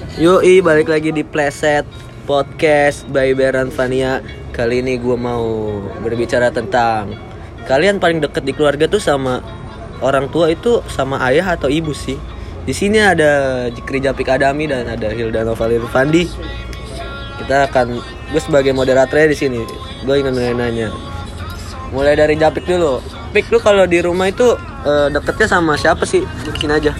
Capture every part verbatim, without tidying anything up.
Yoi, balik lagi di Pleset Podcast by Beran Fania. Kali ini gue mau berbicara tentang kalian paling deket di keluarga tuh sama orang tua itu sama ayah atau ibu sih? Di sini ada Jikri Japik Adami dan ada Hilda Novalir Fandi. Kita akan, gue sebagai moderatornya di sini. Gue ingin nanya, mulai dari Japik dulu. Pik, lu kalau di rumah itu uh, deketnya sama siapa sih? Di sini aja.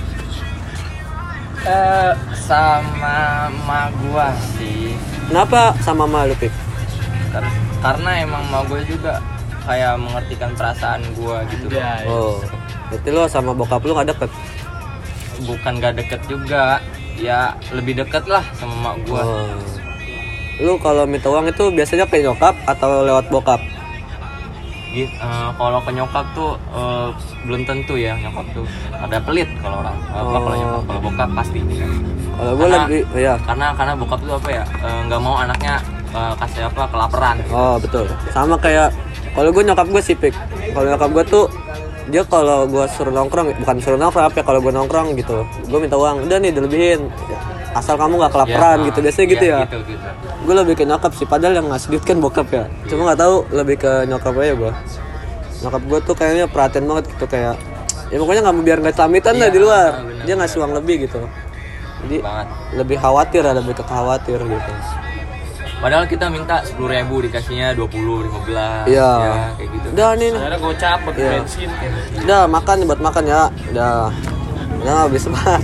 Uh, sama ma gua sih. Kenapa sama ma lu, Pik? Kar- karena emang ma gua juga kayak mengertikan perasaan gua gitu. Ya, ya. Oh, berarti lu sama bokap lu gak deket? Bukan gak deket juga, ya lebih deket lah sama mak gua. Oh. Lu kalau minta uang itu biasanya ke nyokap atau lewat bokap? Gitu. Uh, kalau ke nyokap tuh uh, belum tentu ya, nyokap tuh ada pelit kalau orang. Uh, oh. Kalau nyokap, kalau bokap pasti. Kalau gue lebih, ya. Karena karena bokap tuh apa ya, nggak uh, mau anaknya uh, kasih apa kelaparan. Gitu. Oh betul. Sama kayak kalau gue nyokap gue sih Pik. Kalau nyokap gue tuh dia kalau gue suruh nongkrong, bukan suruh nongkrong apa ya, kalau gue nongkrong gitu, gue minta uang, udah nih dilebihin. Asal kamu nggak kelaparan ya, gitu biasanya gitu ya. Gitu, gitu. Gue lebih ke nyokap sih, padahal yang ngasih duit kan bokap ya. Cuma nggak tahu lebih ke nyokap aja gue. Nyokap gue tuh kayaknya perhatian banget gitu, kayak ya pokoknya nggak mau biar nggak selamitan ya, lah di luar. Bener, dia ngasih uang lebih gitu. Jadi banget. Lebih khawatir lah, lebih ke khawatir gitu. Padahal kita minta sepuluh ribu dikasihnya dua puluh, lima belas ya, ya kayak gitu. Udah nih. Akhirnya gocap buat ya. Bensin. Udah makan buat makan ya. Udah. Udah habis banget.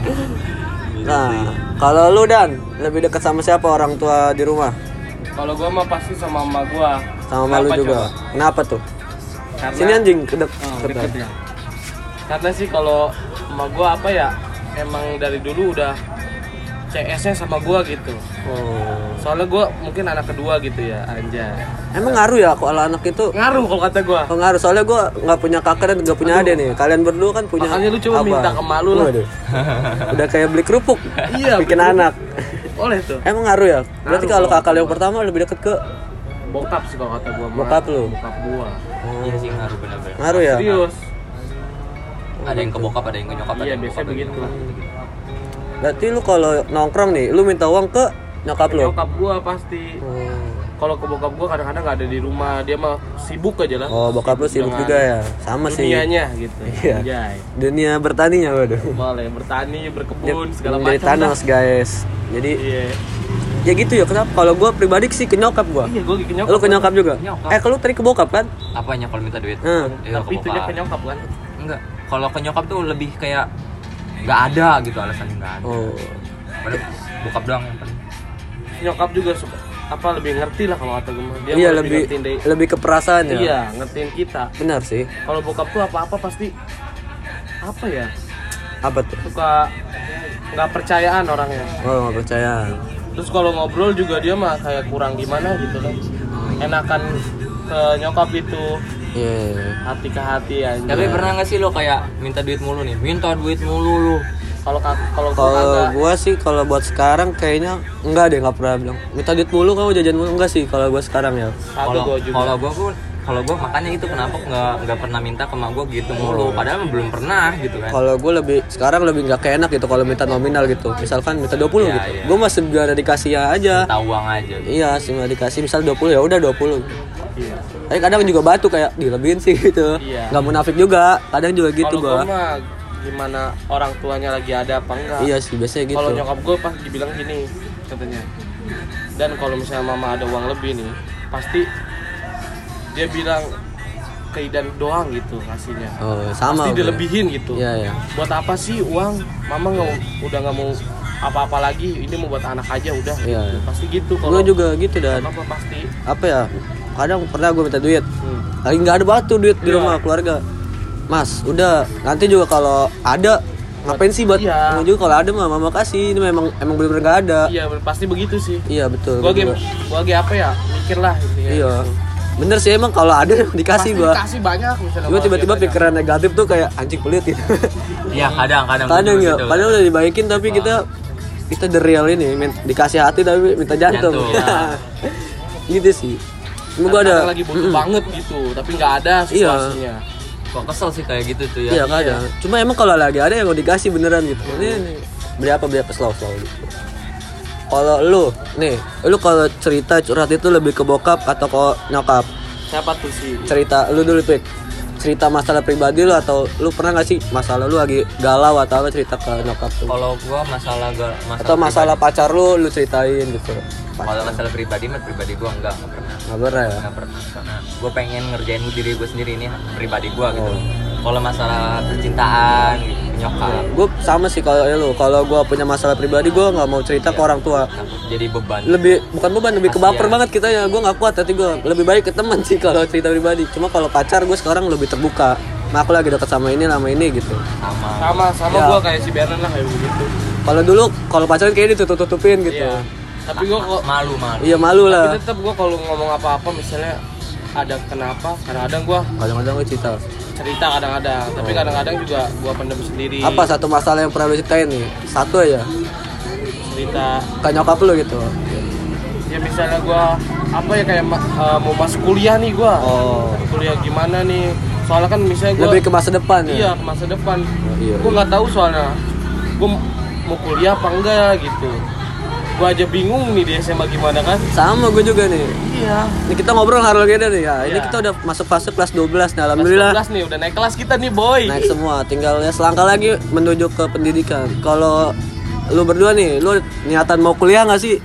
Nah, kalau lu Dan, lebih dekat sama siapa orang tua di rumah? Kalau gua mah pasti sama mama gua. Sama malu juga. Coba? Kenapa tuh? Karena, sini anjing kedek. Oh, deket ya. Karena sih kalau sama gua apa ya, emang dari dulu udah C S-nya sama gua gitu. Oh. Soalnya gua mungkin anak kedua gitu ya, anjay. Emang ngaruh ya kalau anak itu? Ngaruh kalau kata gua. Oh, ngaruh, soalnya gua nggak punya kakak dan nggak punya adik nih. Kalian berdua kan punya. Makanya lu coba abang. Minta ke malu lah. Udah kayak beli kerupuk. Iya. Bikin anak. Boleh tuh. Emang ngaruh ya? Berarti kalau kakak yang pertama lebih deket ke bokap sih kalau kata gua. Bokap lu? Bokap gua. Oh. Iya sih ngaruh benar-benar. Ngaruh ya? Serius. Ada yang ke bokap, ada yang ke nyokap. Iya, biasanya begitu. Berarti lu kalau nongkrong nih, lu minta uang ke nyokap lu? Nyokap gua pasti. Hmm. Kalau ke bokap gua kadang-kadang nggak ada di rumah, dia mah sibuk aja lah. Oh, bokap lu sibuk juga ya? Sama dunianya, sih. Dunianya gitu. Iya. Anjay. Dunia bertaninya waduh. Boleh bertani, berkebun, segala macam. Jadi Thanos guys. Jadi iya. Ya gitu ya, kenapa? Kalau gua pribadi sih ke nyokap gua. Iya, gua ke nyokap. Lu ke nyokap juga? Nyokap. Eh, kalau tadi ke bokap kan? Apanya kalau minta duit? Hmm. Ya, tapi itunya ke nyokap kan? Enggak. Kalau ke nyokap tuh lebih kayak nggak ada gitu alasannya, nggak ada. Oh. Padahal bokap doang yang paling. Nyokap juga suka apa lebih ngerti lah kalau kata gue. Dia iya, lebih lebih, lebih ke perasaan ya. Iya, ngertiin kita. Benar sih. Kalau bokap tuh apa-apa pasti apa ya? Apa tuh? Suka nggak percayaan orangnya. Oh, nggak percaya. Terus kalau ngobrol juga dia mah kayak kurang gimana gitu kan. Enakan ke nyokap itu. Iya. Yeah. Hati ke hati aja. Tapi pernah nggak sih lo kayak minta duit mulu nih? Minta duit mulu lu. Kalau kalau kalau gua sih kalau buat sekarang kayaknya enggak deh, nggak pernah bilang minta duit mulu kamu jajan mulu, enggak sih kalau gua sekarang ya. Kalau kalau gua pun kalau gua makanya itu kenapa nggak nggak pernah minta ke mak gua gitu mulu, padahal belum pernah gitu kan. Kalau gua lebih sekarang lebih nggak keenak gitu kalau minta nominal gitu, misalkan minta dua puluh ya, gitu ya. Gua masih gak ada dikasih ya aja, minta uang aja gitu. Iya sih, nggak dikasih misal dua puluh ya udah dua puluh. Iya. Tapi kadang juga batu kayak dilebihin sih gitu, nggak iya. Munafik juga kadang juga gitu. Kalau gua gimana orang tuanya lagi ada apa enggak. Iya sih biasanya gitu. Kalau nyokap gue pas dibilang gini katanya, dan kalau misalnya mama ada uang lebih nih pasti dia bilang ke Idan doang gitu kasihnya. Oh, sama pasti dilebihin gitu. Iya, iya. Buat apa sih uang, mama nggak udah nggak mau apa-apa lagi, ini mau buat anak aja udah. Iya, gitu. iya. Pasti gitu. Kalau gue juga gitu dan apa pasti apa ya, kadang pernah gue minta duit hmm. lagi nggak ada batu duit di iya. rumah keluarga. Mas, udah nanti juga kalau ada ngapain sih buat iya. juga kalau ada mah mama kasih, ini memang emang benar-benar nggak ada. Iya pasti begitu sih. Iya betul. Gua lagi gua lagi apa ya mikir lah intinya. Iya. Gitu. Bener sih emang kalau ada dikasih gua. Pasti dikasih banyak misalnya. Gua tiba-tiba pikiran negatif tuh kayak anjing pelit gitu. Iya kadang-kadang. Kadang ya. Gitu. Padahal udah dibaikin tapi wow. kita kita the real ini dikasih hati tapi minta jantung. jantung ya. Gitu sih. Semoga ada lagi butuh banget gitu tapi nggak ada situasinya. Iya. Kok kesel sih kayak gitu tuh ya. Iya nggak ada. Cuma emang kalau lagi ada yang mau dikasih beneran gitu. Ini, ini beli apa beli apa slow slow gitu. Kalau lu nih, lu kalau cerita curhat itu lebih ke bokap atau ke nyokap? Siapa tuh sih? Cerita lu dulu Pik. Cerita masalah pribadi lu atau lu pernah gak sih masalah lu lagi galau atau apa cerita ke nyokap tuh? Kalau gua masalah ga, masalah Atau masalah pacar lu lu ceritain gitu. kalau masalah pribadi mah pribadi gua enggak enggak pernah. Nggak pernah ya? Enggak pernah karena gua pengen ngerjain diri gua sendiri, ini pribadi gua gitu. Kalau masalah percintaan gitu, nyokap. Gue sama sih kalau lu. Kalau gue punya masalah pribadi gue nggak mau cerita ke orang tua. Jadi beban. Lebih bukan beban, lebih Kasian. kebaper banget kita ya. Gue nggak kuat hati gue. Lebih baik ke teman sih kalau cerita pribadi. Cuma kalau pacar gue sekarang lebih terbuka. Nah aku lagi deket sama ini, sama ini gitu. Sama. Sama sama Ya. gua kayak si Bernan lah kayak begitu. Kalau dulu kalau pacaran kayak ditutup-tutupin gitu. Iya. Tapi gua kok Malu malu. Iya malu lah. tapi tetap gua kalau ngomong apa-apa misalnya ada kenapa, kadang-kadang gua Kadang-kadang gue cerita. cerita kadang-kadang, tapi kadang-kadang juga gua pendam sendiri. Apa satu masalah yang pernah lu ceritain nih? Satu aja. cerita Ke nyokap lu gitu. ya misalnya gua apa ya kayak ma- eh, mau masuk kuliah nih gua. Oh. Kuliah gimana nih? Soalnya kan misalnya gua Lebih ke masa depan ya. iya ke masa depan. iya, Gua nggak tahu soalnya gua m- mau kuliah apa enggak gitu. Gua aja bingung nih di S M A gimana kan? Sama gue juga nih. Iya. Ini kita ngobrol hal beda nih ya. Ini Iya. kita udah masuk fase kelas dua belas nih. Kelas Alhamdulillah. dua belas nih udah naik kelas kita nih boy. Naik semua, tinggal ya selangkah lagi menuju ke pendidikan. Kalau lu berdua nih, lu niatan mau kuliah nggak sih?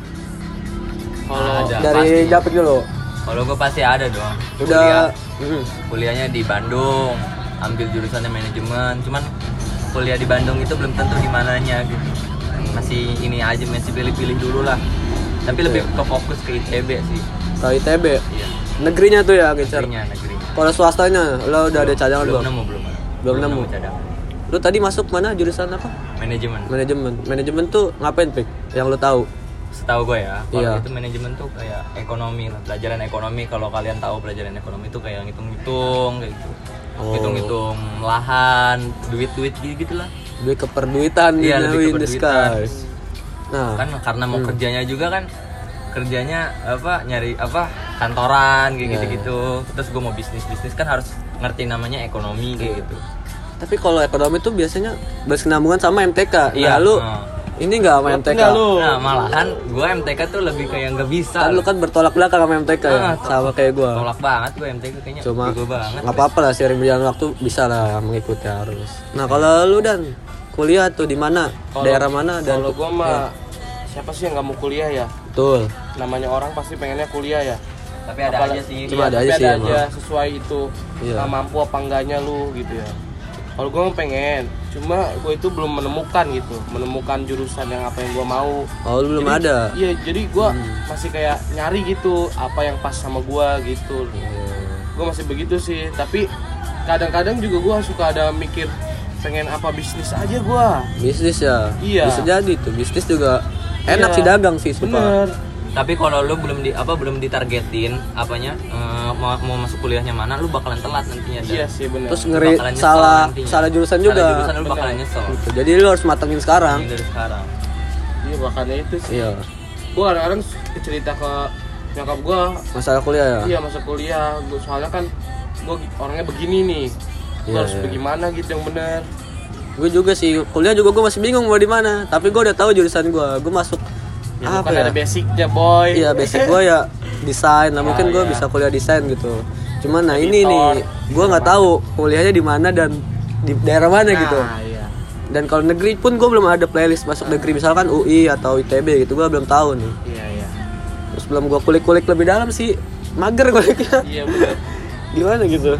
Kalau Ada. Dari pasti. Japik dulu. Kalau gue pasti ada dong. Udah. Kuliah, Mm. kuliahnya di Bandung, ambil jurusannya manajemen. Cuman kuliah di Bandung itu belum tentu di mananya gitu. Masih ini aja, masih pilih-pilih dulu lah. Tapi lebih ke fokus ke I T B sih. Ke I T B. Iya. Negerinya tuh ya, Gecer. Negerinya, negerinya. Kalau swastanya, lo udah ada cadangan belum belum? nemu belum. Belum nemu. cadangan. Lu tadi masuk mana jurusan apa? Manajemen. Manajemen. Manajemen tuh ngapain, Pik? Yang lu tahu? Setahu gue ya, kalau Iya. itu manajemen tuh kayak ekonomi lah, pelajaran ekonomi. Kalau kalian tahu pelajaran ekonomi itu kayak ngitung-ngitung kayak gitu. Oh. Ngitung-ngitung lahan, duit-duit gitu-gitu lah. Lebih ke perduitan Iya, gitu, lebih ke in the perduitan. skies. Nah, Kan karena mau Hmm. kerjanya juga kan kerjanya apa nyari apa kantoran kayak Iya, gitu-gitu. Terus gue mau bisnis-bisnis kan harus ngerti namanya ekonomi kayak gitu. tapi kalau ekonomi tuh biasanya berkesinambungan sama M T K. Iya, Nah, lu hmm. ini nggak sama M T K? Enggak lu. Nah malahan gue M T K tuh lebih kayak nggak bisa. Kan lu kan bertolak belakang sama M T K ya? Ah, Sama kayak gua. Tolak banget gue M T K kayaknya. Cuma bego banget. nggak apa-apa lah, seiring berjalan waktu bisa lah mengikuti arus. Nah kalau lu dan kuliah tuh di mana? Kalau- Daerah mana? Dan Kalau gua mah siapa sih yang nggak mau kuliah ya? betul. Namanya orang pasti pengennya kuliah ya. Tapi ada Apalagi- aja sih. Cuma Iya, ada tapi aja sih ada emang. aja sesuai itu. Iya. Nah, mampu apa enggaknya lu gitu ya. Kalau gue mah pengen, cuma gue itu belum menemukan gitu, menemukan jurusan yang apa yang gue mau. Oh lu belum Jadi- ada. Iya, jadi gue Hmm. masih kayak nyari gitu apa yang pas sama gue gitu. Gue masih begitu sih, tapi kadang-kadang juga gue suka ada mikir pengen apa bisnis aja gue. Bisnis ya. Iya. Bisa jadi tuh. Bisnis juga enak Iya. sih, dagang sih sumpah. Bener. Tapi kalau lu belum di apa belum ditargetin apanya eh, mau, mau masuk kuliahnya mana, lu bakalan telat nantinya. Dan Iya sih bener. Terus ngeri bakalan nyesel salah nantinya. salah jurusan juga. Salah jurusan lu Bener. bakalan nyesel. Gitu. Jadi lu harus matengin sekarang. Ini dari sekarang. Iya makanya itu sih. Iya. Gue kadang-kadang cerita ke nyokap gue, Masalah kuliah ya. iya masuk kuliah. Gua, soalnya kan gue orangnya begini nih. Gue Iya, harus iya. bagaimana gitu yang bener. Gue juga sih kuliah juga gue masih bingung mau di mana. Tapi gue udah tahu jurusan gue. Gue masuk Ya, apa bukan ya? ada basicnya boy. Iya basic gue ya desain lah. Mungkin Ah, gue iya. bisa kuliah desain gitu. Cuman nah ini Editor. nih gue nggak tahu kuliahnya di mana dan di daerah mana Nah, gitu. iya. Dan kalau negeri pun gue belum ada playlist masuk negeri, misalkan U I atau I T B gitu gue belum tahu nih. Iya iya. Terus belum gue kulik-kulik lebih dalam sih, mager kuliknya. Iya bener. Gimana gitu?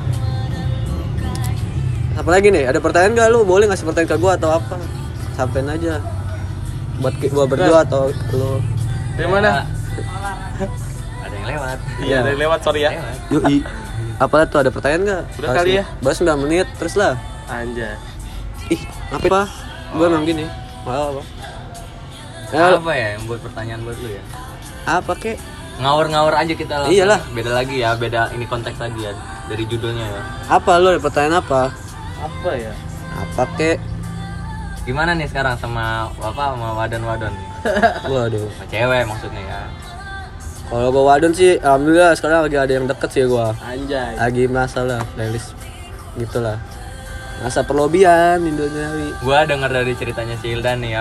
Apalagi nih, ada pertanyaan gak lu? Boleh ngasih pertanyaan ke gue atau apa? Sampein aja. Buat ki- gua berdua atau lu. Dari mana? Ada yang lewat. Iya dari lewat sorry ya. Lewat. Yoi. Apalah tuh, ada pertanyaan gak? Udah kali ya. Bahas sembilan menit terus lah. Anjay. Ih, apa apa? Gue emang gini. Mau apa? Ya, Apa ya yang buat pertanyaan buat lu ya? apa kek? Ngawur-ngawur aja kita langsung. Iyalah. Beda lagi ya, beda ini konteks lagi ya dari judulnya ya. Apa lu ada pertanyaan apa? Apa ya? Apa kek? Gimana nih sekarang sama apa sama wadon-wadon? Waduh. Sama cewek maksudnya ya. Kalau gua wadon sih, alhamdulillah sekarang lagi ada yang deket sih gua. Anjay. Lagi masalah playlist gitulah. Masa perlobian Indonesiawi. Gua dengar dari ceritanya si Hildan nih ya.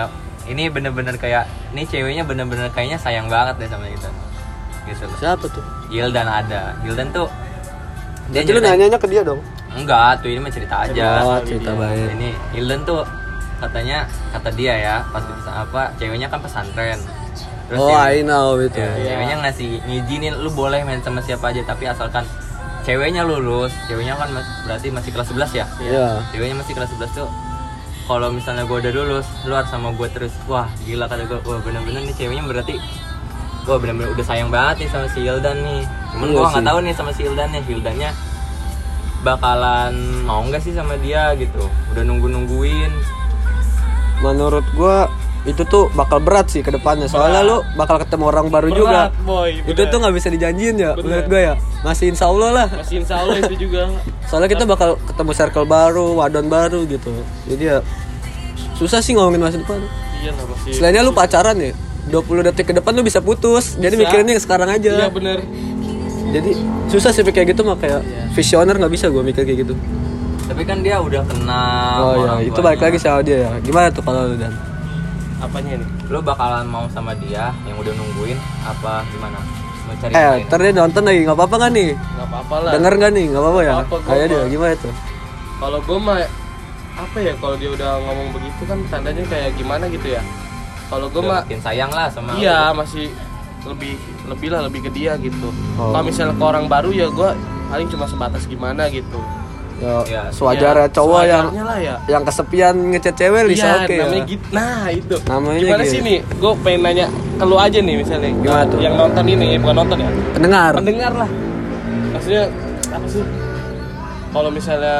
ini bener-bener kayak ini ceweknya bener-bener kayaknya sayang banget deh sama kita gitu loh. Siapa tuh? Hildan ada Hildan tuh Jadi lu nanyanya ke dia dong. enggak tuh ini mah cerita aja. Oh, cerita baik. Ini Hildan tuh katanya kata dia ya pas di pesan apa ceweknya kan pesantren. Terus Oh, cewek- I know itu. ya, Iya. ceweknya ngasih ngizinin lu boleh main sama siapa aja tapi asalkan ceweknya lulus. Ceweknya kan mas- berarti masih kelas sebelas ya. Iya. Ceweknya masih kelas sebelas tuh kalau misalnya gue udah lulus lu harus sama gue terus. Wah gila kata gue, wah bener-bener nih ceweknya berarti gue bener-bener udah sayang banget nih sama si Hildan nih. Cuman Iya gue sih. nggak tahu nih sama si Hildan nih Hildannya bakalan mau nggak sih sama dia gitu. Udah nunggu-nungguin. Menurut gua itu tuh bakal berat sih ke depannya. Soalnya lu bakal ketemu orang baru juga. Berat, boy, Itu bener. tuh nggak bisa dijanjiin ya Bener. menurut gua ya. Masih insya Allah lah. Masih insya Allah itu juga. Soalnya kita bakal ketemu circle baru, wadon baru gitu. Jadi ya susah sih ngomongin masa depan. Iya lah masih. Selainnya lu pacaran ya, dua puluh detik ke depan lu bisa putus. Jadi Bisa. mikirinnya yang sekarang aja. Iya bener. Jadi susah sih kayak gitu mah kayak visioner nggak bisa gua mikir kayak gitu. Tapi kan dia udah kenal. Oh orang ya, itu tuanya. balik lagi sama dia ya. Gimana tuh kalau lu Dan? Apanya nih? Lu bakalan mau sama dia yang udah nungguin apa gimana? Mau cari Eh, yang lain? ntar dia nonton lagi, nggak apa-apa kan nih? Nggak apa-apa lah. Denger nggak nih? Nggak apa-apa ya? Nggak apa-apa, Ayo gua dia, mah. gimana tuh? Kalau gue mah apa ya kalau dia udah ngomong begitu kan tandanya kayak gimana gitu ya. Kalau gue Udah mah makin sayang lah sama iya lu. masih lebih lebih lah lebih ke dia gitu. Oh. Kalau misalnya ke orang baru ya gue paling cuma sebatas gimana gitu. Ya, Ya, sewajarnya Ya, cowok yang sewajarnya lah ya. yang kesepian ngechat cewek Lisa Iya, oke namanya ya. gitu. Nah, itu. Namanya Gimana gitu. sih nih? Gue pengen nanya ke lu aja nih misalnya. Gimana tuh? Yang nonton ini, bukan nonton ya. Pendengar. Pendengar lah. Maksudnya apa sih? Kalau misalnya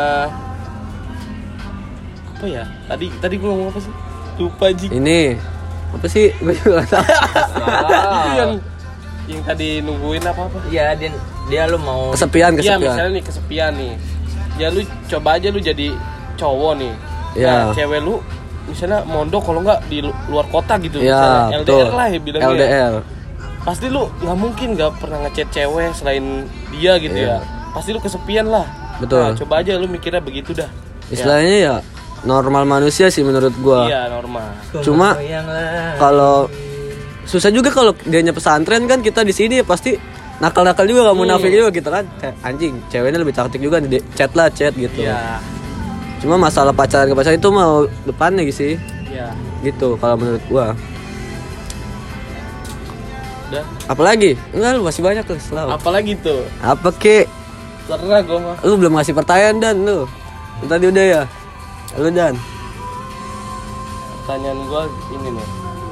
apa ya? Tadi tadi gue ngomong apa sih? Lupa Ji. Ini apa sih? Gue juga nggak tahu. Itu yang yang tadi nungguin apa apa? Iya, dia dia lu mau Kesepian, Iya, kesepian. misalnya nih kesepian nih. Ya lu coba aja lu jadi cowok nih. Iya. Nah, cewek lu misalnya mondok kalau nggak di lu- luar kota gitu Ya, misalnya L D R betul. lah ya bilangnya. L D R. Pasti lu nggak mungkin nggak pernah ngechat cewek selain dia gitu Iya. ya. Pasti lu kesepian lah. Betul. Nah, coba aja lu mikirnya begitu dah. Istilahnya ya normal manusia sih menurut gua. Iya, normal. Cuma yang lain. kalau susah juga kalau dianya pesantren kan kita di sini pasti nakal-nakal juga nggak munafik Hmm. juga gitu kan. Kayak, anjing, ceweknya lebih taktik juga nih, di- chat lah chat gitu. Iya. Cuma masalah pacaran ke pacaran itu mau depannya gitu sih. Iya. Gitu kalau menurut gua. Udah. Apalagi? Enggak, lu masih banyak tuh selalu. Apalagi tuh? Apa kek? Terserah gua mah. Lu belum ngasih pertanyaan Dan lu. Lu tadi udah ya? Lu Dan. Pertanyaan gua ini nih.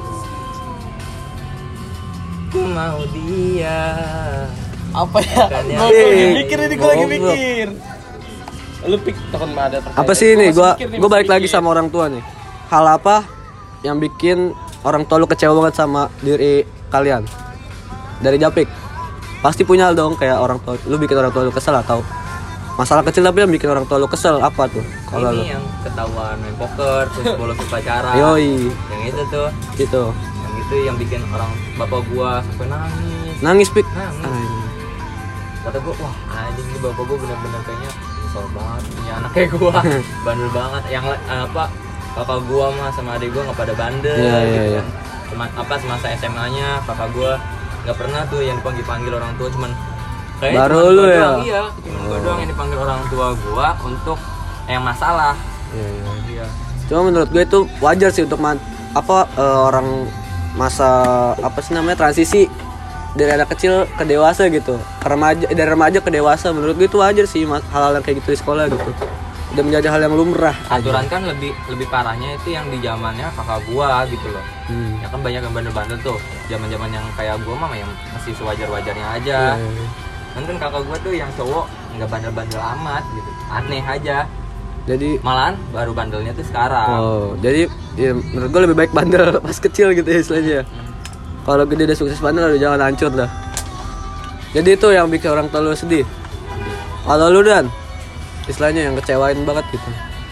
Ku mau dia. Apa ya? Makanya- Gua gua lagi Eh, mikir ini, gua lagi goblok. mikir. Lu pik takut mah ada pertanyaan. Apa sih ini? masih Gua mikir nih, gua masih balik lagi mikir. sama orang tua nih. Hal apa yang bikin orang tua lu kecewa banget sama diri kalian? Dari Japik. Pasti punya dong kayak orang tua lu bikin orang tua lu kesel atau masalah kecil tapi yang bikin orang tua lu kesel apa tuh? Kalau lu. Ini yang ketahuan main poker terus bolos upacara. Yoi, Yang itu tuh, gitu. yang itu yang bikin orang bapak gua sampai nangis. Nangis pik. Nangis. Anjing. Kata gua, wah anjing ini bapak gua bener-bener kayaknya nyesel banget punya anak kayak gua. Bandel banget. Yang la- apa kakak gua mah sama adik gua nggak pada bandel. Iya, iya, gitu iya. kan. Cuman apa semasa S M A-nya kakak gua nggak pernah tuh yang dipanggil-panggil orang tua, cuman kayaknya Baru cuman lu gua ya? doang, iya, cuman gua doang yang dipanggil orang tua gua untuk yang masalah. Iya, iya. Iya. Cuma menurut gue itu wajar sih untuk man- apa eh, orang masa apa sih namanya transisi dari anak kecil ke dewasa gitu, ke remaja dari remaja ke dewasa. Menurut gue itu wajar sih mas- hal-hal yang kayak gitu di sekolah gitu. Udah menjadi hal yang lumrah. Aturan kan lebih lebih parahnya itu yang di zamannya kakak gua gitu loh. Hmm. Ya kan banyak yang bandel-bandel tuh. Zaman-zaman yang kayak gua mah yang masih sewajar-wajarnya aja. Iya, iya. Kan kan kakak gua tuh yang cowok nggak bandel-bandel amat gitu. Aneh aja. Jadi Malahan baru bandelnya tuh sekarang. oh, jadi ya, menurut gue lebih baik bandel pas kecil gitu ya istilahnya. Kalau gede udah sukses bandel udah jangan hancur dah. Jadi itu yang bikin orang tua lu sedih. Kalau lu Dan, istilahnya yang kecewain banget gitu.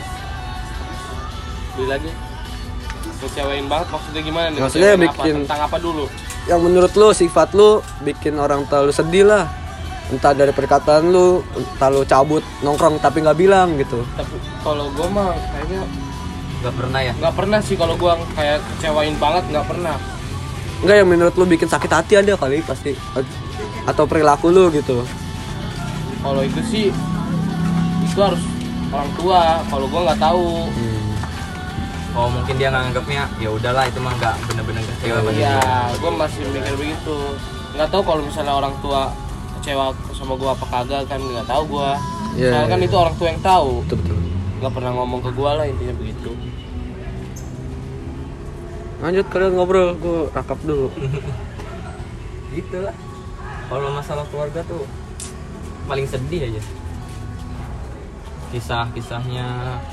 Beli lagi. Kecewain banget maksudnya gimana nih? Maksudnya Kecewain bikin- apa? Tentang apa dulu? Yang menurut lu sifat lu bikin orang tua lu sedih lah. Entah dari perkataan lu, entah lu cabut nongkrong tapi nggak bilang gitu. Tapi kalau gua mah kayaknya Nggak pernah ya? Nggak pernah sih kalau gua kayak kecewain banget, nggak pernah. Enggak, yang menurut lu bikin sakit hati ada kali pasti, atau perilaku lu gitu. Kalau itu sih itu harus orang tua, kalau gua nggak tahu. hmm. Oh mungkin dia nganggapnya ya udahlah itu mah nggak bener-bener kecewa sama dia. Iya, gua masih mikir begitu. Nggak tahu kalau misalnya orang tua kecewa sama gua apa kagak kan, nggak tahu gua. Yeah, Soalnya kan yeah. itu orang tua yang tahu. Betul betul. Nggak pernah ngomong ke gua lah, intinya begitu. Lanjut kalian ngobrol, gue rakap dulu. Gitu lah. Kalau masalah keluarga tuh paling sedih aja. Kisah-kisahnya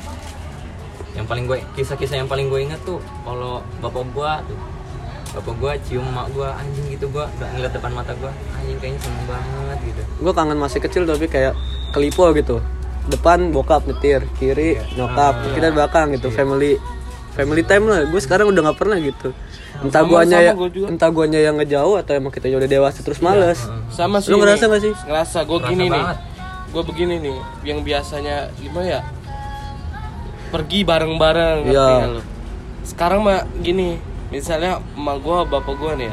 yang paling gue kisah-kisah yang paling gue ingat tuh kalau bapak gue tuh. Bapak gue cium emak gue, anjing gitu, gue udah ngeliat depan mata gue, anjing kayaknya seneng banget gitu. Gue kangen masih kecil tapi kayak kelipo gitu. Depan bokap nyetir, kiri nyokap, Ah, kita belakang gitu, iya. family family time lah. Gue sekarang udah nggak pernah gitu. Entah Sama- guanya sama ya, gua juga. entah guanya yang ngejauh atau emang kita udah dewasa terus males. Sama sih. Lu ngerasa nih. nggak sih? Ngerasa. Gue Ngerasa gini nih. banget. Gue begini nih. Yang biasanya gimana ya? Pergi bareng-bareng. ngerti Iya. nggak lu? Sekarang mah gini. Misalnya emak gue, bapak gue nih ya.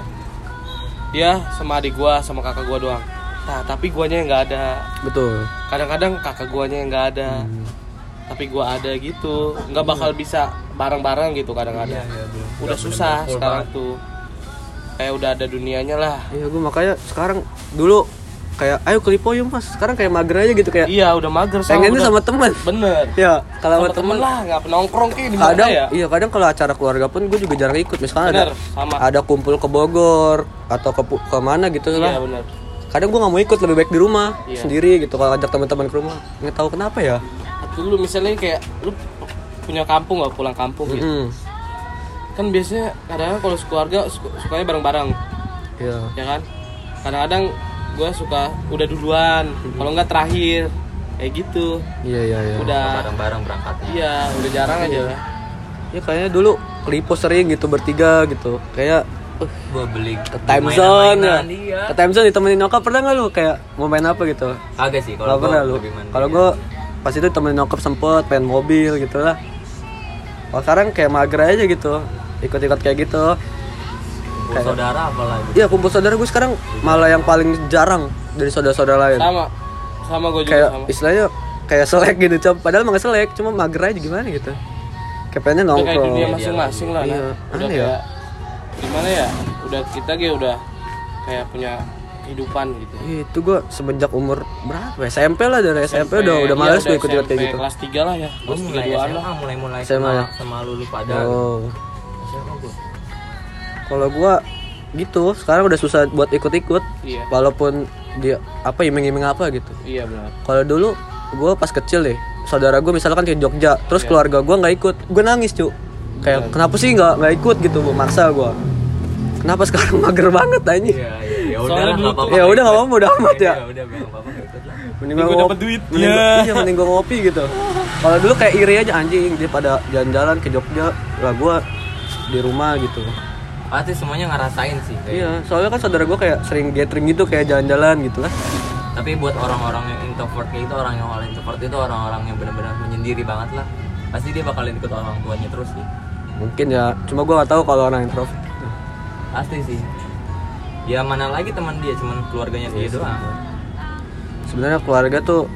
Dia sama adik gue, sama kakak gue doang. Nah, tapi guanya yang nggak ada. Betul. Kadang-kadang kakak guanya yang nggak ada. Hmm. Tapi gua ada gitu. Nggak bakal bisa bareng-bareng gitu kadang-kadang. Iya, iya, Udah bener. susah Full sekarang banget. tuh. Kayak udah ada dunianya lah. Iya, gue makanya sekarang dulu kayak ayo kelipo yuk mas. Sekarang kayak mager aja gitu kayak. Iya, udah mager Pengennya udah- sama teman. Bener. Ya, kalau Sama sama temen teman lah, nggak nongkrong kayak di mana kadang ya. iya kadang kalau acara keluarga pun gue juga jarang ikut. Misalnya Bener, ada sama. ada kumpul ke Bogor atau ke ke mana gitu Iya, lah. bener. Kadang gue nggak mau ikut, lebih baik di rumah Iya. sendiri gitu. Kalau ajak teman-teman ke rumah nggak tahu kenapa ya. Dulu misalnya kayak lu punya kampung nggak, pulang kampung gitu. Mm-mm. Kan biasanya kadang-kadang kalau sekeluarga su- sukanya bareng-bareng, Iya. ya kan? Kadang-kadang gua suka udah duluan, kalau nggak terakhir. Kayak gitu. Iya iya iya. Udah Bareng-bareng berangkatnya. iya, udah jarang aja lah. Ya kayaknya dulu kelipo sering gitu bertiga gitu. Kayak uh, Gue beli ke time zone ya. mainan dia. Ke time zone ditemenin nyokap, pernah nggak lu kayak mau main apa gitu? Agak sih Kalau kalau pernah gue lu. lebih mandiri. Kalau gue pas itu temenin nyokap sempet main mobil gitu lah. Kalau sekarang kayak mager aja gitu. Ikut-ikut kayak gitu. Kumpul saudara apalagi. Iya, kumpul saudara gue sekarang malah yang paling jarang dari saudara-saudara lain. Sama. Sama gua juga Kayak sama. istilahnya kayak selek gitu, Cop. Padahal emang nggak selek, cuma mager aja gimana gitu. Kayak pengennya Udah kayak nongkrong. dunia masing-masing lah. Iya, Nah. Udah aneh ya. kayak gimana ya? Udah kita kayak udah kayak punya kehidupan gitu. Iya, itu gue semenjak umur berapa? S M P lah, dari S M P udah udah iya, males udah gue ikut-ikut S M P kayak gitu. Kelas tiga lah ya. Gue Kelas tiga mulai duaan S M A, lah. mulai mulai S M A kenal ya? sama lulu pada. Oh. S M A gue. Kalau gue gitu, sekarang udah susah buat ikut-ikut. Iya. Walaupun dia apa iming-iming apa gitu. Iya benar. Kalau dulu gue pas kecil deh, saudara gue misalkan ke Jogja, terus Iya. keluarga gue nggak ikut, gue nangis cu. Kayak Iya. kenapa sih nggak nggak ikut gitu, gue maksa gue. Kenapa sekarang mager banget anjing? Iya, iya. Ya udah Soalnya lah, dulu nggak apa-apa. Ya udah nggak apa-apa, udah amat ya. Ya udah, nggak apa-apa nggak ikut lah. Mending Gua gua dapet ngop- duit. mending gua- Iya. iya mending gue ngopi gitu. Kalau dulu kayak iri aja anjing, dia pada jalan-jalan ke Jogja, lah gue di rumah gitu. Pasti semuanya ngerasain sih. kayak. Iya, soalnya kan saudara gue kayak sering gathering gitu, kayak jalan-jalan gitu lah. Tapi buat orang-orang yang introvert kayak itu, orang yang awal introvert itu orang-orang yang benar-benar menyendiri banget lah. Pasti dia bakalan ikut orang tuanya terus sih. Mungkin ya, cuma gue gak tahu kalau orang introvert. Pasti sih. Ya mana lagi teman dia, cuman keluarganya dia doang. Sebenarnya keluarga tuh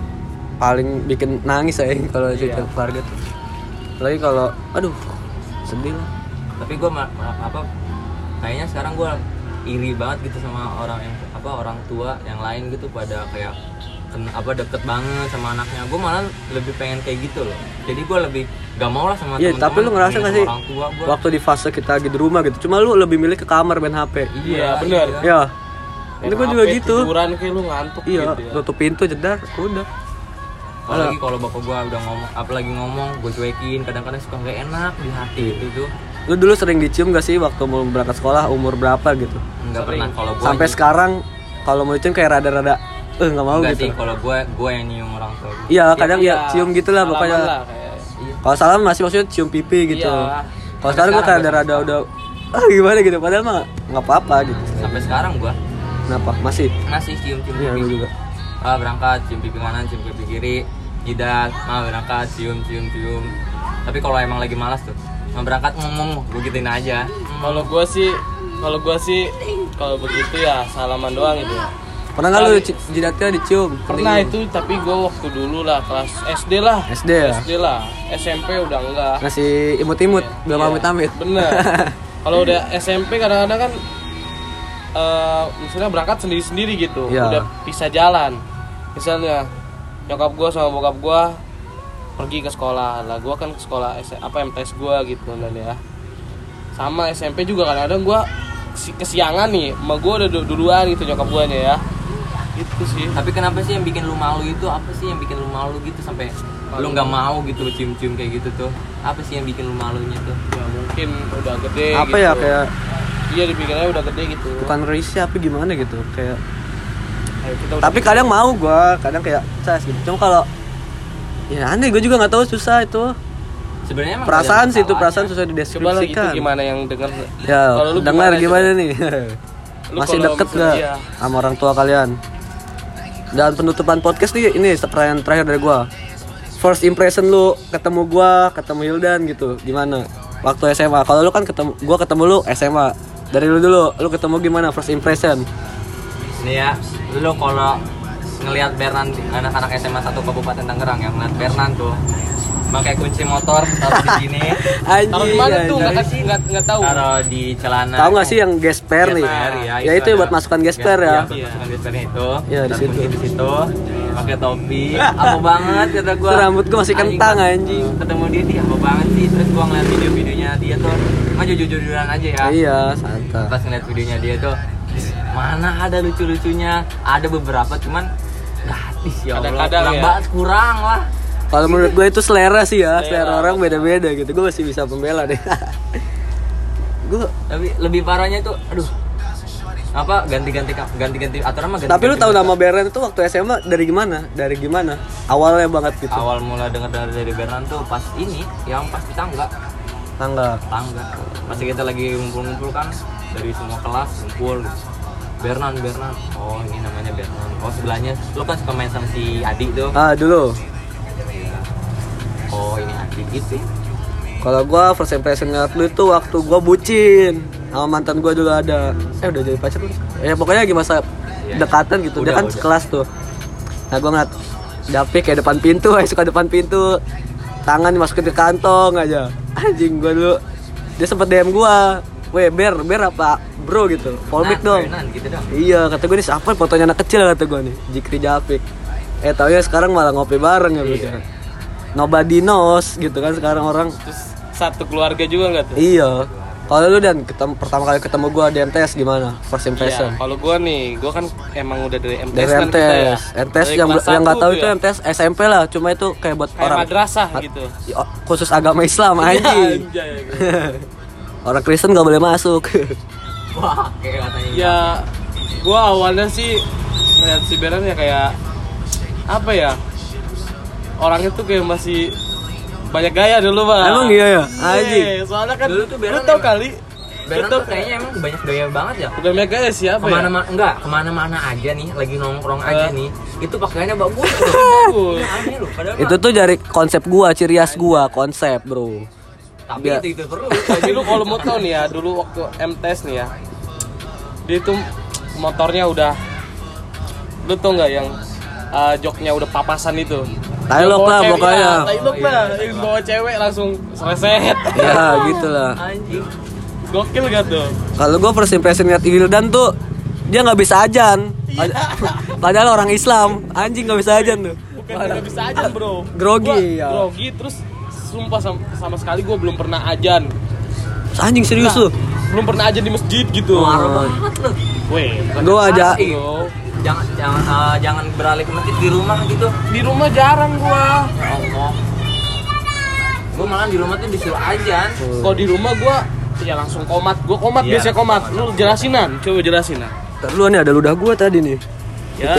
paling bikin nangis ya kalau cerita Iya. keluarga tuh. Apalagi kalau, aduh, sedih lah. Tapi gue apa kayaknya sekarang gue iri banget gitu sama orang yang apa orang tua yang lain gitu, pada kayak ken, apa deket banget sama anaknya. Gue malah lebih pengen kayak gitu loh. Jadi gue lebih gak mau lah sama Iya, teman-teman. tapi lu ngerasa milih gak sama sih orang tua gua. waktu di fase kita lagi di rumah gitu, cuma lu lebih milih ke kamar main H P. Iya, bener. Ya, ini gue juga Sampai gitu. Tiduran kayak lu ngantuk Iya, gitu ya. tutup pintu jedar, udah. Apalagi kalau bapak gua udah ngomong, apalagi ngomong, gue cuekin. Kadang-kadang suka nggak enak di hati itu tuh. Lu dulu sering dicium gak sih waktu mau berangkat sekolah, umur berapa gitu? Nggak Sering. pernah kalau gua. Sampai sekarang kalau mau dicium kayak rada-rada eh nggak mau Enggak gitu. sih, kalau gua gua yang nyium orang tua gua. Iya, kadang Iya, ya cium gitu lah salaman pokoknya. lah, kayak. Iya. Kalau salam masih maksudnya cium pipi gitu. Iya. Kalau sekarang gue kayak sekarang rada-rada udah ah gimana gitu, padahal mah nggak apa-apa gitu. Sampai sekarang gua Kenapa? Masih? masih cium-cium Iya, gue pipi. juga. Ah berangkat cium pipi kanan, cium pipi kiri. Jidat, ah berangkat cium cium cium. Tapi kalau emang lagi malas tuh, mau berangkat ngomong, gue gituin aja. Kalau gue sih, kalau gue sih, kalau begitu ya salaman doang itu. Pernah nggak lu ci- jidatnya dicium? Pernah itu, tapi gue waktu dulu lah kelas S D lah. S D ya? S D lah. S M P udah enggak. Masih imut-imut, belum Iya, amit-amit. Bener. Kalau udah S M P kadang-kadang kan, uh, misalnya berangkat sendiri-sendiri gitu, Iya. udah pisah jalan. Misalnya nyokap gue sama bokap gue pergi ke sekolah, lah gue kan ke sekolah S- apa M T S gue gitu dan ya. Sama S M P juga kadang-kadang gue si- kesiangan nih, emak gue udah du- duluan gitu nyokap gue ya. Itu sih. Tapi kenapa sih yang bikin lu malu itu? Apa sih yang bikin lu malu gitu sampai lu nggak mau gitu cium-cium kayak gitu tuh? Apa sih yang bikin lu malunya tuh? Ya mungkin udah gede. Apa gitu. ya kayak Iya dipikirnya udah gede gitu. bukan risih apa gimana gitu kayak. Ayo, kita udah Tapi kadang mau gua, kadang kayak cas gitu. Cuma kalau ya aneh gue juga nggak tahu, susah itu. Sebenarnya emang Perasaan ada sih itu, masalahnya. perasaan susah coba lah itu dideskripsikan. gimana yang denger. Ya, Kalau lu dengar gimana, gimana, nih? Lu Masih kalau deket misalnya gak iya. sama orang tua kalian? Dan penutupan podcast nih, ini pertanyaan terakhir dari gua. First impression lu ketemu gua, ketemu Hildan gitu, gimana? Waktu S M A. Kalau lu kan ketemu gua ketemu lu S M A. Dari lu dulu, lu ketemu gimana first impression? Nih ya, lu kalau ngelihat Bernan anak-anak S M A satu Kabupaten Tangerang ya, ngeliat Bernan tuh pakai kunci motor taruh di sini, Taruh di mana tuh? anjing. Enggak enggak enggak tahu. taruh di celana. Tahu nggak sih yang gesper nih? Gesper, Ya, itu ada- buat masukkan gesper ya. Iya, buat masukkan gespernya itu. Iya, di Taruh situ. kunci di situ, pakai topi. Apa banget kata gua. Itu rambut gua masih kentang, pas anjing. Ketemu dia dia apa banget sih? Terus gua ngeliat video-videonya dia tuh, mah jujur-jujuran aja ya. Iya, santai. Pas ngeliat videonya dia tuh, mana ada lucu-lucunya, ada beberapa cuman gratis ya Allah, Kadang-kadang kurang ya. banget, kurang lah. Kalau menurut gue itu selera sih ya, selera Selera. orang beda-beda gitu. Gue masih bisa pembela deh. Gue Tapi lebih parahnya tuh, aduh, apa ganti-ganti ganti-ganti aturan mah ganti. Tapi lu tahu nama Beren itu waktu S M A dari gimana? Dari gimana? Awalnya banget gitu. Awal mula dengar dari Bernan tuh pas ini, yang pas di tangga, Tangga. tangga. Pas kita lagi ngumpul-ngumpul kan dari semua kelas ngumpul. Bernan, Bernan. Oh ini namanya Bernan. Oh sebelahnya, lu kan suka main sama si Adi tuh. Ah, dulu. Oh ini Adi gitu. Kalau gua first impression ngeliat lu itu waktu gua bucin sama mantan gua juga ada. Eh udah jadi pacar belum? Ya pokoknya lagi masa Iya. dekatan gitu. Dia Udah, kan udah. sekelas tuh. Nah gua ngeliat Dapi kayak depan pintu, eh, suka depan pintu. Tangan dimasukin ke kantong aja. Anjing gua dulu. Dia sempet D M gua. Weh, Ber, Ber apa bro gitu. Follow back Nah, dong. Bernan gitu dong. Iya, kata gue nih siapa fotonya anak kecil kata gue nih, Jikri Japik. Eh taunya sekarang malah ngopi bareng ya Iya. bro. Nobody knows gitu kan sekarang orang. Terus satu keluarga juga enggak tuh? Iya. Kalau lu dan ketemu, pertama kali ketemu gue di M T S gimana? First Iya, impression. kalau gua nih, gua kan emang udah dari M T S Dari kan M T kita ya. S. M T S Dari yang kelas yang nggak satu tahu tuh itu ya. M T S S M P lah, cuma itu kayak buat Kayak orang madrasah Ma- gitu. Ya, khusus agama Islam Iya, anjing. anjay. Orang Kristen nggak boleh masuk. Wah, kayak katanya. Ya, gua awalnya sih ngeliat si Beran ya kayak apa ya? Orangnya tuh kayak masih banyak gaya dulu, Bang. Emang iya ya? Iya, Anjing. soalnya kan Dulu tuh lu Beran tau emang- kali. Bernan lu tau tuh kayaknya emang banyak gaya banget ya. bukan banyak gaya siapa ya? Kemana-mana enggak, kemana-mana aja nih, lagi nongkrong aja Eh. nih, itu pakaiannya bagus. Bagus. Aneh loh, padahal Itu tuh dari konsep gua, ciri khas gua, konsep bro. tapi Dia- itu itu perlu. Tapi lu kalau mau tau nih ya, dulu waktu M T S nih ya, dia itu motornya udah, lu tau nggak yang uh, joknya udah papasan itu? Tailok Yang bawa lah cewek, pokoknya. ya, tailok Oh, iya, lah, iya. yang bawa cewek langsung seleset. Ya gitu lah. Anjing. Gokil gak tuh? Kalau gue first impression liat Wildan tuh dia nggak bisa ajan. Iya. Pad- Padahal orang Islam, anjing nggak bisa ajan tuh. Bukan gak bisa ajan bro. Grogi, Gua ya. Grogi terus sumpah sama, sama sekali gue belum pernah ajan. Anjing serius Nah, tuh. belum pernah ajan di masjid gitu. Parah banget loh. Weh, bukan Gua aja- arti, bro. Jangan jangan eh, jangan beralih ke masjid di rumah gitu. Di rumah jarang gua. Ya Allah. Gue malah di rumah tuh disuruh ajan. Kalau di rumah gua ya langsung komat. Gua komat Iya, biasanya komat. Lu jelasinan, coba jelasinan. Ntar dulu nih ada ludah gue tadi nih. Ya.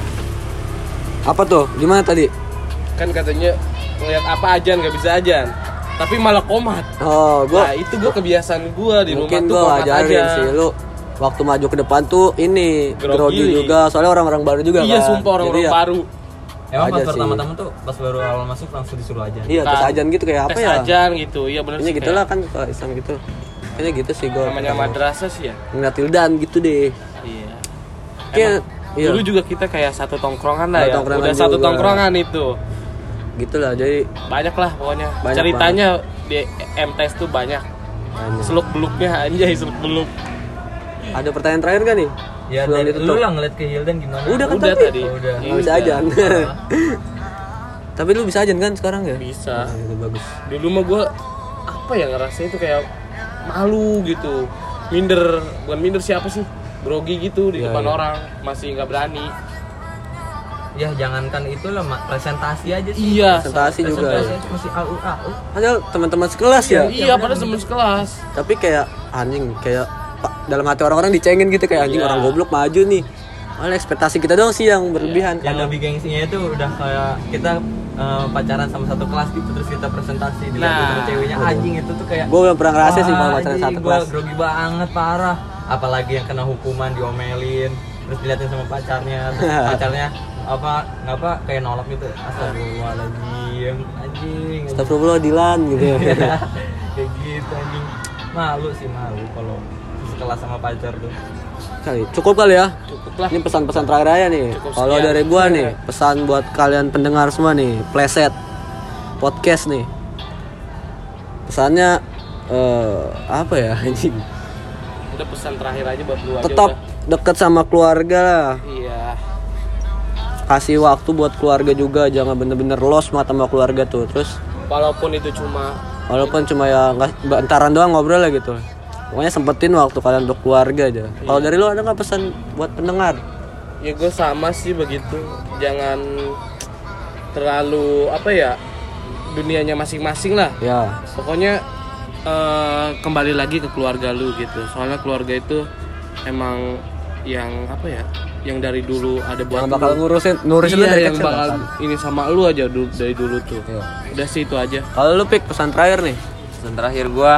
Apa tuh? Gimana tadi? Kan katanya ngeliat apa ajan nggak bisa ajan. Tapi malah komat. Oh, Nah, gue itu gua kebiasaan gua di mungkin rumah tuh gue komat ajarin aja. sih lu. Waktu maju ke depan tuh ini Grogi. grogi juga, soalnya orang-orang baru juga Iya, kan. sumpah orang-orang Jadi ya, baru. Emang pas Aja sih. pertama-tama tuh pas baru awal masuk langsung disuruh aja. Iya, tes Kan. ajan gitu kayak apa tes ya? ajan gitu, iya benar Kayaknya sih. gitu lah kan kalau Islam gitu. Kayaknya gitu sih gue. Namanya madrasah sih ya. Ngeliat Tildan gitu deh. Iya. Kayak iya. Dulu juga kita kayak satu tongkrongan lah Satu ya. tongkrongan Udah satu juga. tongkrongan itu. Gitu lah jadi Banyak lah pokoknya. Banyak Ceritanya di M T S tuh banyak. banyak. Seluk beluknya anjay, seluk beluk. Ada pertanyaan terakhir gak nih? Ya Sebelum dari ditutup. lu lah ngeliat ke Hildan gimana? Udah kan Udah tadi. tadi. Oh, udah. Nggak bisa Udah. ajan. Tapi lu bisa ajan kan sekarang ya? Bisa. Nah, itu bagus. Dulu mah gue apa ya ngerasa itu kayak malu gitu, minder, bukan minder siapa sih, grogi gitu di Iya, depan iya. orang, masih nggak berani. Ya jangankan itu lah, Mak. Presentasi aja sih. Iya. Presentasi juga. Presentasi Ya. aja masih A U A U. Padahal teman-teman sekelas ya. Iya, pada temen sekelas. Tapi kayak anjing kayak pa- dalam hati orang-orang dicengin gitu kayak anjing Iya. orang goblok maju nih. Malah ekspektasi kita doang sih yang berlebihan. Yang lebih gengsinya itu udah kayak kita eh, pacaran sama satu kelas gitu, terus kita presentasi di Nah. sama ceweknya, anjing itu tuh kayak Gue belum pernah ngerasain sih wah, kalau pacaran anjing, satu gua kelas. grogi banget parah. Apalagi yang kena hukuman diomelin, terus diliatin sama pacarnya, terus pacarnya apa ngapa kayak nolak gitu. Astagfirullahaladzim, anjing. Astagfirullah Dilan gitu. Kayak gitu anjing. Malu sih, malu kalau sekelas sama pacar tuh. Kali cukup kali ya. Cukup lah. Ini pesan-pesan terakhir aja nih. Cukup Kalau sekian. dari gua nih, pesan buat kalian pendengar semua nih, Pleset podcast nih. Pesannya eh apa ya anjing? Udah pesan terakhir aja buat lu aja. Tetap udah. deket sama keluarga lah. Iya. Kasih waktu buat keluarga juga, jangan bener-bener lost banget sama keluarga tuh. Terus Walaupun itu cuma walaupun cuma ya nggak bentaran doang ngobrol lah gitu. Pokoknya sempetin waktu kalian untuk keluarga aja. Kalau dari lu ada nggak pesan buat pendengar? ya gue sama sih begitu. Jangan terlalu apa ya, dunianya masing-masing lah. Ya, Pokoknya eh, kembali lagi ke keluarga lu gitu. Soalnya keluarga itu emang yang apa ya, yang dari dulu ada buat yang bakal lu. ngurusin ngurusin lu Iya, dari yang kecil. bakal bahkan. ini sama lu aja dulu, dari dulu tuh. Iya. Udah sih itu aja. Kalau lu Pik, pesan terakhir nih. Dan terakhir gua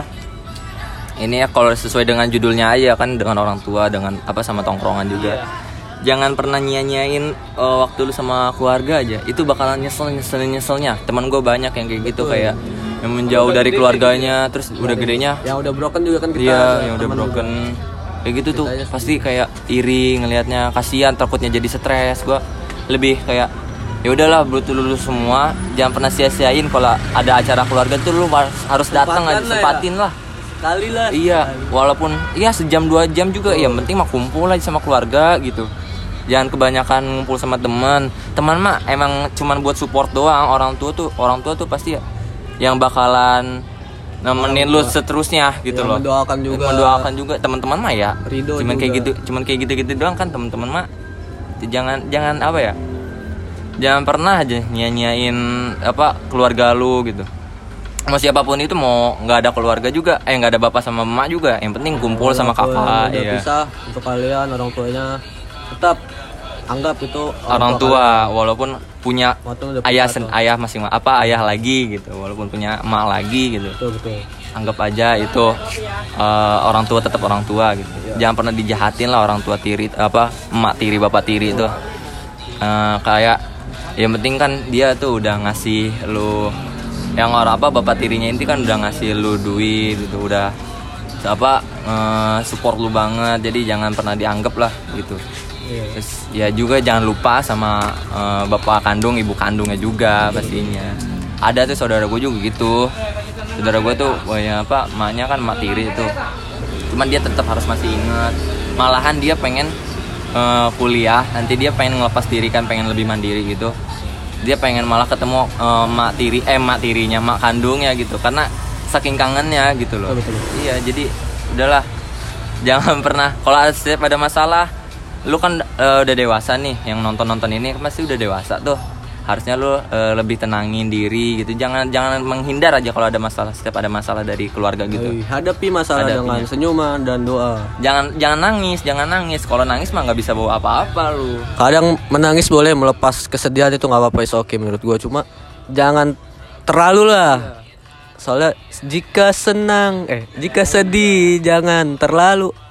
ini ya kalau sesuai dengan judulnya aja kan, dengan orang tua, dengan apa sama tongkrongan juga. Iya. Jangan pernah nyia-nyiain uh, waktu lu sama keluarga aja. Itu bakalan nyesel nyesel nyeselnya. Teman gue banyak yang kayak gitu, kayak yang menjauh dari keluarganya, terus udah gedenya Yang udah broken juga kan kita. iya yang udah temen broken juga. kayak gitu tuh Ceritanya sedih. pasti kayak iri ngelihatnya, kasihan, takutnya jadi stres. Gua lebih kayak ya udahlah buat lu semua jangan pernah sia-siain kalau ada acara keluarga tuh lu harus harus datang aja, Sempatkan lah ya. sempatin lah. Kali lah. Iya, walaupun iya sejam dua jam juga, ya yang penting mah kumpul aja sama keluarga gitu. Jangan kebanyakan ngumpul sama teman. Teman mah emang cuman buat support doang. Orang tua tuh, orang tua tuh pasti ya yang bakalan nemenin lu seterusnya gitu Ya, loh. mendoakan juga. Mendoakan juga teman-teman mah ya. Ridho cuman kayak juga. gitu, cuman kayak gitu-gitu doang kan teman-teman mah. Jangan jangan apa ya? Jangan pernah aja nyanyain apa keluarga lu gitu. Mau siapapun itu, mau nggak ada keluarga juga, eh nggak ada bapak sama emak juga, yang penting kumpul sama Walaupun kakak. udah Iya. pisah, untuk kalian orang tuanya tetap anggap itu Orang tua walaupun punya Walaupun udah ayah pisah sen, tuh. ayah masing apa ayah lagi gitu, walaupun punya emak lagi gitu, Betul betul. anggap aja itu eh, orang tua tetap orang tua gitu. Jangan pernah dijahatin lah orang tua tiri, apa emak tiri bapak tiri itu. Eh, kayak yang penting kan dia tuh udah ngasih lu, yang orang apa bapak tirinya ini kan udah ngasih lu duit gitu, udah apa eh, support lu banget, jadi jangan pernah dianggap lah gitu. Iya. Terus ya juga jangan lupa sama eh, bapak kandung, ibu kandungnya juga pastinya. Ada tuh saudara gue juga gitu. Saudara gue tuh punya apa, emaknya kan emak tiri tuh. Cuman dia tetap harus masih ingat. Malahan dia pengen eh, kuliah, nanti dia pengen ngelepas diri kan, pengen lebih mandiri gitu. Dia pengen malah ketemu eh, emak tiri, eh emak tirinya, emak kandungnya gitu. Karena saking kangennya gitu loh. Betul, betul. Iya, jadi udahlah. Jangan pernah kalau ada setiap ada masalah, lu kan uh, udah dewasa nih, yang nonton-nonton ini pasti udah dewasa tuh. Harusnya lu uh, lebih tenangin diri gitu. Jangan jangan menghindar aja kalau ada masalah, setiap ada masalah dari keluarga gitu. Yoi, hadapi masalah Hadapinya. dengan senyuman dan doa. Jangan jangan nangis, jangan nangis. Kalau nangis mah nggak bisa bawa apa-apa lu. Kadang menangis boleh melepas kesedihan, itu nggak apa-apa, is oke menurut gua. Cuma jangan terlalu lah. Soalnya jika senang, eh jika sedih jangan terlalu.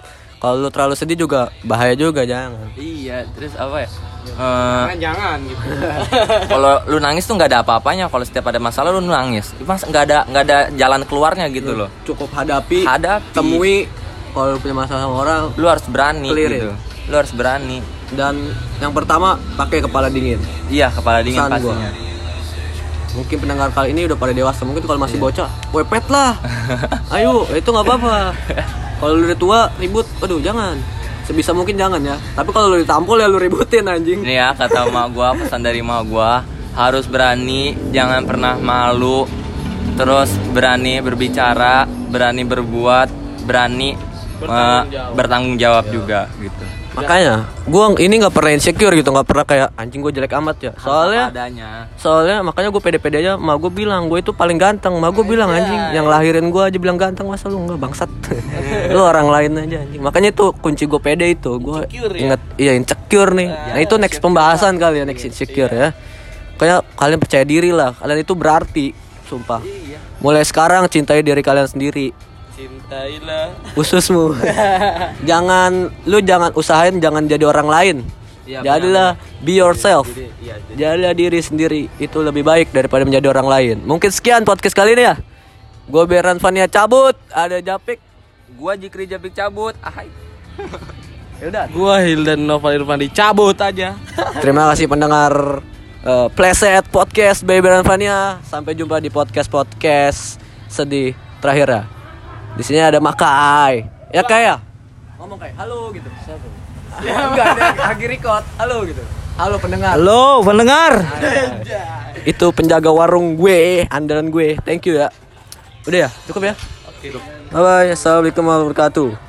Kalau lu terlalu sedih juga bahaya juga, jangan. Iya, terus apa ya? Eh, Jangan jangan gitu. kalau lu nangis tuh nggak ada apa-apanya. Kalau setiap ada masalah lu nangis, mas nggak ada nggak ada jalan keluarnya gitu loh. Cukup hadapi, Hadapi. temui. Kalau lu punya masalah sama orang, Lu harus berani Clear gitu. Lu harus berani. dan yang pertama pakai kepala dingin. Iya, kepala dingin Pesan pastinya. Mungkin pendengar kali ini udah pada dewasa, mungkin kalau masih bocah, wepet lah. Ayo, itu nggak apa-apa. Kalau lu udah tua ribut, aduh jangan. Sebisa mungkin jangan ya. Tapi kalau lu ditampol ya lu ributin anjing. Ini ya kata emak gua, pesan dari emak gua, harus berani, jangan pernah malu. Terus berani berbicara, berani berbuat, berani Bertanggung eh, jawab. bertanggung jawab juga gitu. Makanya, gua ini nggak pernah insecure gitu, nggak pernah kayak anjing gue jelek amat ya. Soalnya, Apa adanya. soalnya makanya gue pede-pede aja. Ma gue bilang gue itu paling ganteng. Ma gue bilang anjing, yang lahirin gue aja bilang ganteng, masa lu nggak bangsat? Lu orang lain aja anjing. Makanya itu kunci gue pede itu. Gue Insecure ya? inget, iya insecure nih. Nah itu next pembahasan kali ya, next insecure ya. Kayak kalian percaya diri lah. Kalian itu berarti, sumpah. Mulai sekarang cintai diri kalian sendiri. Cintailah. Ususmu. Jangan, lu jangan usahain jangan jadi orang lain. Iya, Jadilah be yourself. Jadi, iya, jadi- Jadilah diri sendiri. Itu lebih baik daripada menjadi orang lain. Mungkin sekian podcast kali ini ya. Gue Beran Fania cabut. Ada Japik. Gua Jikri Japik cabut. Ahai. Yaudah. Gua Hildan Noval Irfandi cabut aja. Terima kasih pendengar uh, Pleset Podcast by Beran Fania. Sampai jumpa di podcast-podcast sedih terakhir ya. Di sini ada Makai. Ya kayak ngomong kayak halo gitu. Siapa? Ya enggak ada lagi record. Halo gitu. Halo pendengar. Halo pendengar. Itu penjaga warung gue, andalan gue. Thank you ya. Udah ya, cukup ya. Oke. Bye bye. Assalamualaikum warahmatullahi wabarakatuh.